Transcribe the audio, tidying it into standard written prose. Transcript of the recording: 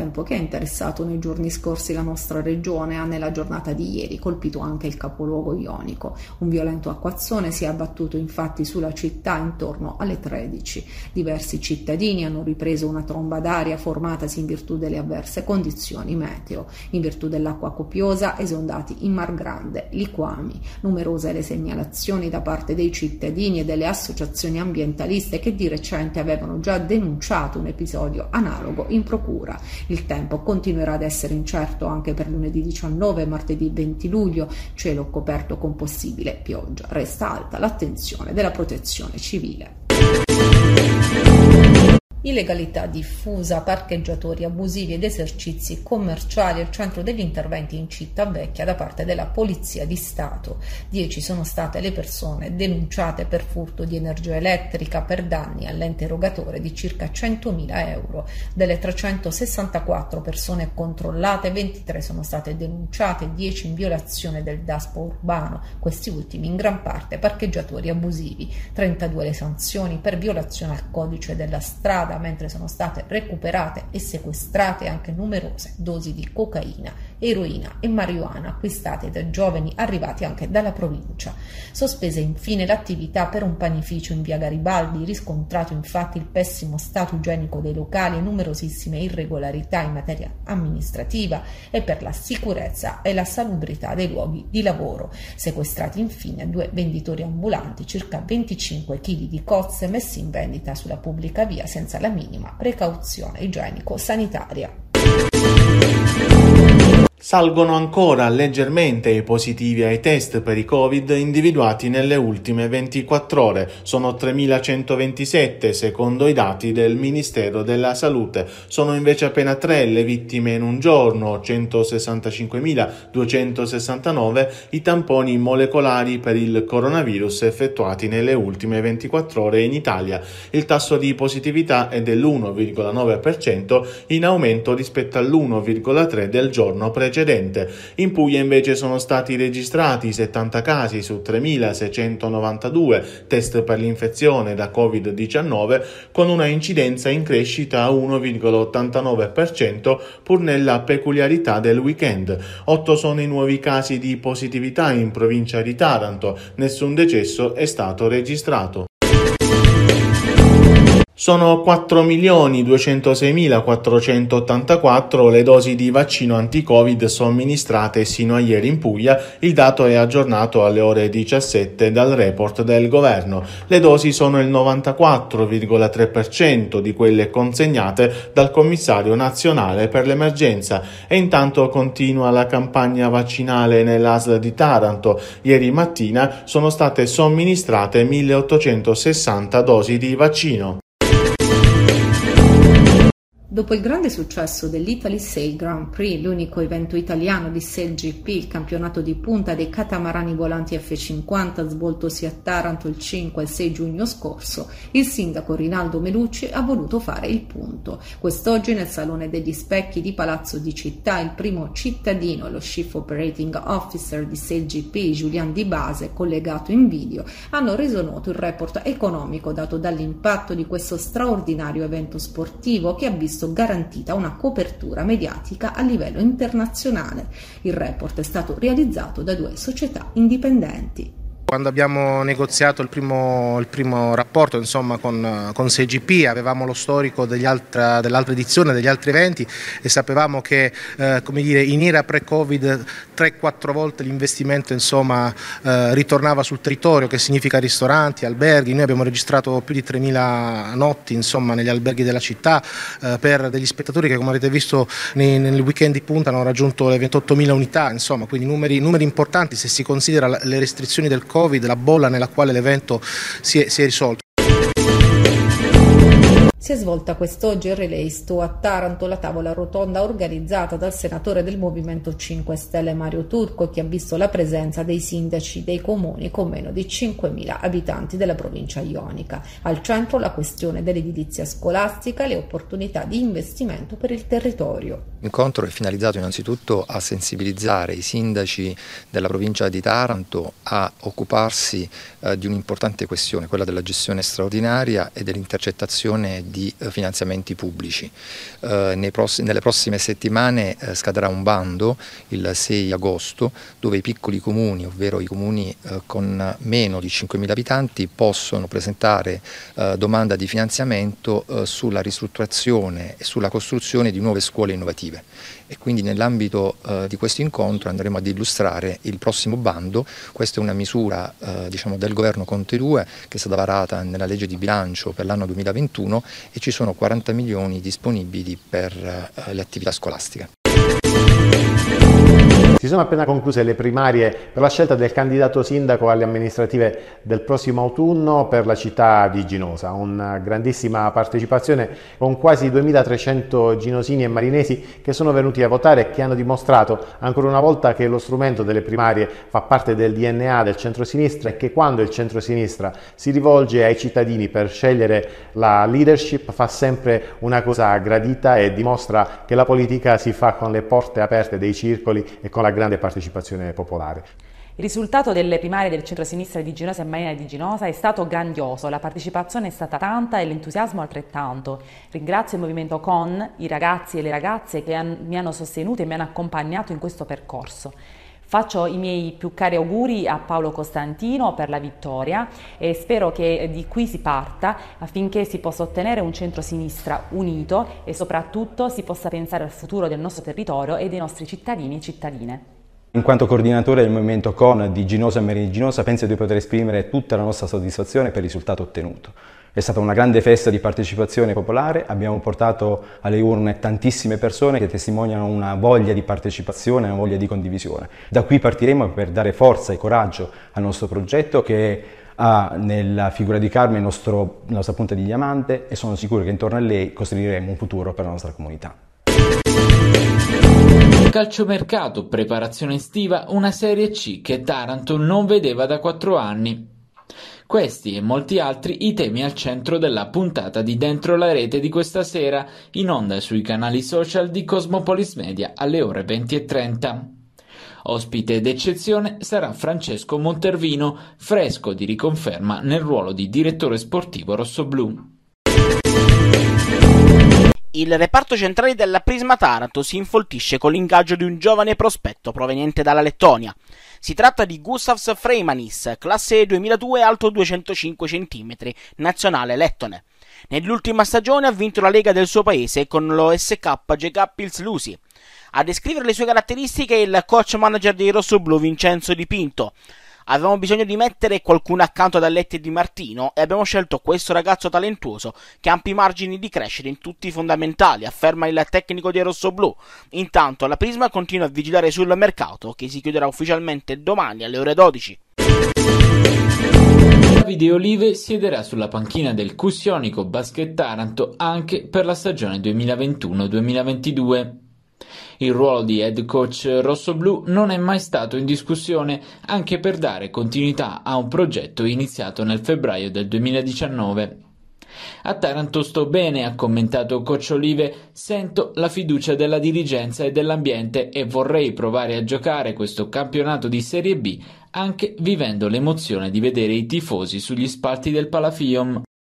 maltempo che ha interessato nei giorni scorsi la nostra regione ha nella giornata di ieri colpito anche il capoluogo ionico. Un violento acquazzone si è abbattuto infatti sulla città intorno alle 13. Diversi cittadini hanno ripreso una tromba d'aria formatasi in virtù delle avverse condizioni meteo. In virtù dell'acqua copiosa esondati in Mar Grande, liquami. Numerose le segnalazioni da parte dei cittadini e delle associazioni ambientaliste che di recente avevano già denunciato un episodio analogo in procura. Il tempo continuerà ad essere incerto anche per lunedì 19 e martedì 20 luglio, cielo coperto con possibile pioggia. Resta alta l'attenzione della protezione civile. Illegalità diffusa, parcheggiatori abusivi ed esercizi commerciali al centro degli interventi in Città Vecchia da parte della Polizia di Stato. 10 sono state le persone denunciate per furto di energia elettrica per danni all'ente erogatore di circa 100.000 euro. Delle 364 persone controllate, 23 sono state denunciate, 10 in violazione del DASPO urbano, questi ultimi in gran parte parcheggiatori abusivi. 32 le sanzioni per violazione al codice della strada, mentre sono state recuperate e sequestrate anche numerose dosi di cocaina, eroina e marijuana acquistate da giovani arrivati anche dalla provincia. Sospese infine l'attività per un panificio in via Garibaldi, riscontrato infatti il pessimo stato igienico dei locali e numerosissime irregolarità in materia amministrativa e per la sicurezza e la salubrità dei luoghi di lavoro. Sequestrati infine 2 venditori ambulanti, circa 25 kg di cozze messi in vendita sulla pubblica via senza la minima precauzione igienico-sanitaria. Salgono ancora leggermente i positivi ai test per i Covid individuati nelle ultime 24 ore. Sono 3.127 secondo i dati del Ministero della Salute. Sono invece appena 3 le vittime in un giorno, 165.269 i tamponi molecolari per il coronavirus effettuati nelle ultime 24 ore in Italia. Il tasso di positività è dell'1,9%, in aumento rispetto all'1,3% del giorno precedente. In Puglia invece sono stati registrati 70 casi su 3.692 test per l'infezione da Covid-19, con una incidenza in crescita a 1,89%, pur nella peculiarità del weekend. 8 sono i nuovi casi di positività in provincia di Taranto, nessun decesso è stato registrato. Sono 4.206.484 le dosi di vaccino anti-Covid somministrate sino a ieri in Puglia. Il dato è aggiornato alle ore 17 dal report del governo. Le dosi sono il 94,3% di quelle consegnate dal commissario nazionale per l'emergenza e intanto continua la campagna vaccinale nell'ASL di Taranto. Ieri mattina sono state somministrate 1.860 dosi di vaccino. Dopo il grande successo dell'Italy Sail Grand Prix, l'unico evento italiano di SailGP, il campionato di punta dei catamarani volanti F50 svoltosi a Taranto il 5 e il 6 giugno scorso, il sindaco Rinaldo Melucci ha voluto fare il punto. Quest'oggi nel Salone degli Specchi di Palazzo di Città il primo cittadino, lo Chief Operating Officer di SailGP, Julian Di Base, collegato in video, hanno reso noto il report economico dato dall'impatto di questo straordinario evento sportivo che ha visto garantita una copertura mediatica a livello internazionale. Il report è stato realizzato da 2 società indipendenti. Quando abbiamo negoziato il primo rapporto con SailGP avevamo lo storico dell'altra edizione, degli altri eventi e sapevamo che in era pre-Covid 3-4 volte l'investimento ritornava sul territorio, che significa ristoranti, alberghi. Noi abbiamo registrato più di 3.000 notti negli alberghi della città per degli spettatori che, come avete visto nel weekend di punta, hanno raggiunto le 28.000 unità, quindi numeri importanti se si considera le restrizioni del Covid, la bolla nella quale l'evento si è risolto. Si è svolta quest'oggi il Relay Sto a Taranto, la tavola rotonda organizzata dal senatore del Movimento 5 Stelle Mario Turco, che ha visto la presenza dei sindaci dei comuni con meno di 5.000 abitanti della provincia ionica. Al centro la questione dell'edilizia scolastica e le opportunità di investimento per il territorio. L'incontro è finalizzato innanzitutto a sensibilizzare i sindaci della provincia di Taranto a occuparsi di un'importante questione, quella della gestione straordinaria e dell'intercettazione di di finanziamenti pubblici. Nelle prossime settimane scadrà un bando il 6 agosto dove i piccoli comuni, ovvero i comuni con meno di 5.000 abitanti, possono presentare domanda di finanziamento sulla ristrutturazione e sulla costruzione di nuove scuole innovative. E quindi nell'ambito di questo incontro andremo ad illustrare il prossimo bando. Questa è una misura del governo Conte 2 che è stata varata nella legge di bilancio per l'anno 2021 e ci sono 40 milioni disponibili per le attività scolastiche. Si sono appena concluse le primarie per la scelta del candidato sindaco alle amministrative del prossimo autunno per la città di Ginosa. Una grandissima partecipazione con quasi 2.300 ginosini e marinesi che sono venuti a votare e che hanno dimostrato ancora una volta che lo strumento delle primarie fa parte del DNA del centrosinistra e che quando il centrosinistra si rivolge ai cittadini per scegliere la leadership fa sempre una cosa gradita e dimostra che la politica si fa con le porte aperte dei circoli e con la grande partecipazione popolare. Il risultato delle primarie del centro-sinistra di Ginosa e Marina di Ginosa è stato grandioso, la partecipazione è stata tanta e l'entusiasmo altrettanto. Ringrazio il Movimento CON, i ragazzi e le ragazze che mi hanno sostenuto e mi hanno accompagnato in questo percorso. Faccio i miei più cari auguri a Paolo Costantino per la vittoria e spero che di qui si parta affinché si possa ottenere un centro-sinistra unito e soprattutto si possa pensare al futuro del nostro territorio e dei nostri cittadini e cittadine. In quanto coordinatore del movimento CON di Ginosa e Marina di Ginosa penso di poter esprimere tutta la nostra soddisfazione per il risultato ottenuto. È stata una grande festa di partecipazione popolare, abbiamo portato alle urne tantissime persone che testimoniano una voglia di partecipazione, una voglia di condivisione. Da qui partiremo per dare forza e coraggio al nostro progetto che ha nella figura di Carmen la nostra punta di diamante e sono sicuro che intorno a lei costruiremo un futuro per la nostra comunità. Calciomercato, preparazione estiva, una Serie C che Taranto non vedeva da 4 anni. Questi e molti altri i temi al centro della puntata di Dentro la Rete di questa sera, in onda sui canali social di Cosmopolis Media alle ore 20:30. Ospite d'eccezione sarà Francesco Montervino, fresco di riconferma nel ruolo di direttore sportivo rossoblù. Il reparto centrale della Prisma Taranto si infoltisce con l'ingaggio di un giovane prospetto proveniente dalla Lettonia. Si tratta di Gustavs Freimanis, classe 2002, alto 205 cm, nazionale lettone. Nell'ultima stagione ha vinto la Lega del suo paese con lo SK Gegapils Lusi. A descrivere le sue caratteristiche è il coach manager dei rossoblù Vincenzo Di Pinto. Avevamo bisogno di mettere qualcuno accanto ad Alletti e Di Martino e abbiamo scelto questo ragazzo talentuoso che ha ampi margini di crescere in tutti i fondamentali, afferma il tecnico dei rossoblù. Intanto la Prisma continua a vigilare sul mercato che si chiuderà ufficialmente domani alle ore 12. Davide Olive siederà sulla panchina del Cussionico Basket Taranto anche per la stagione 2021-2022. Il ruolo di head coach rossoblù non è mai stato in discussione, anche per dare continuità a un progetto iniziato nel febbraio del 2019. A Taranto sto bene, ha commentato coach Olive, sento la fiducia della dirigenza e dell'ambiente e vorrei provare a giocare questo campionato di Serie B anche vivendo l'emozione di vedere i tifosi sugli spalti del Palafium.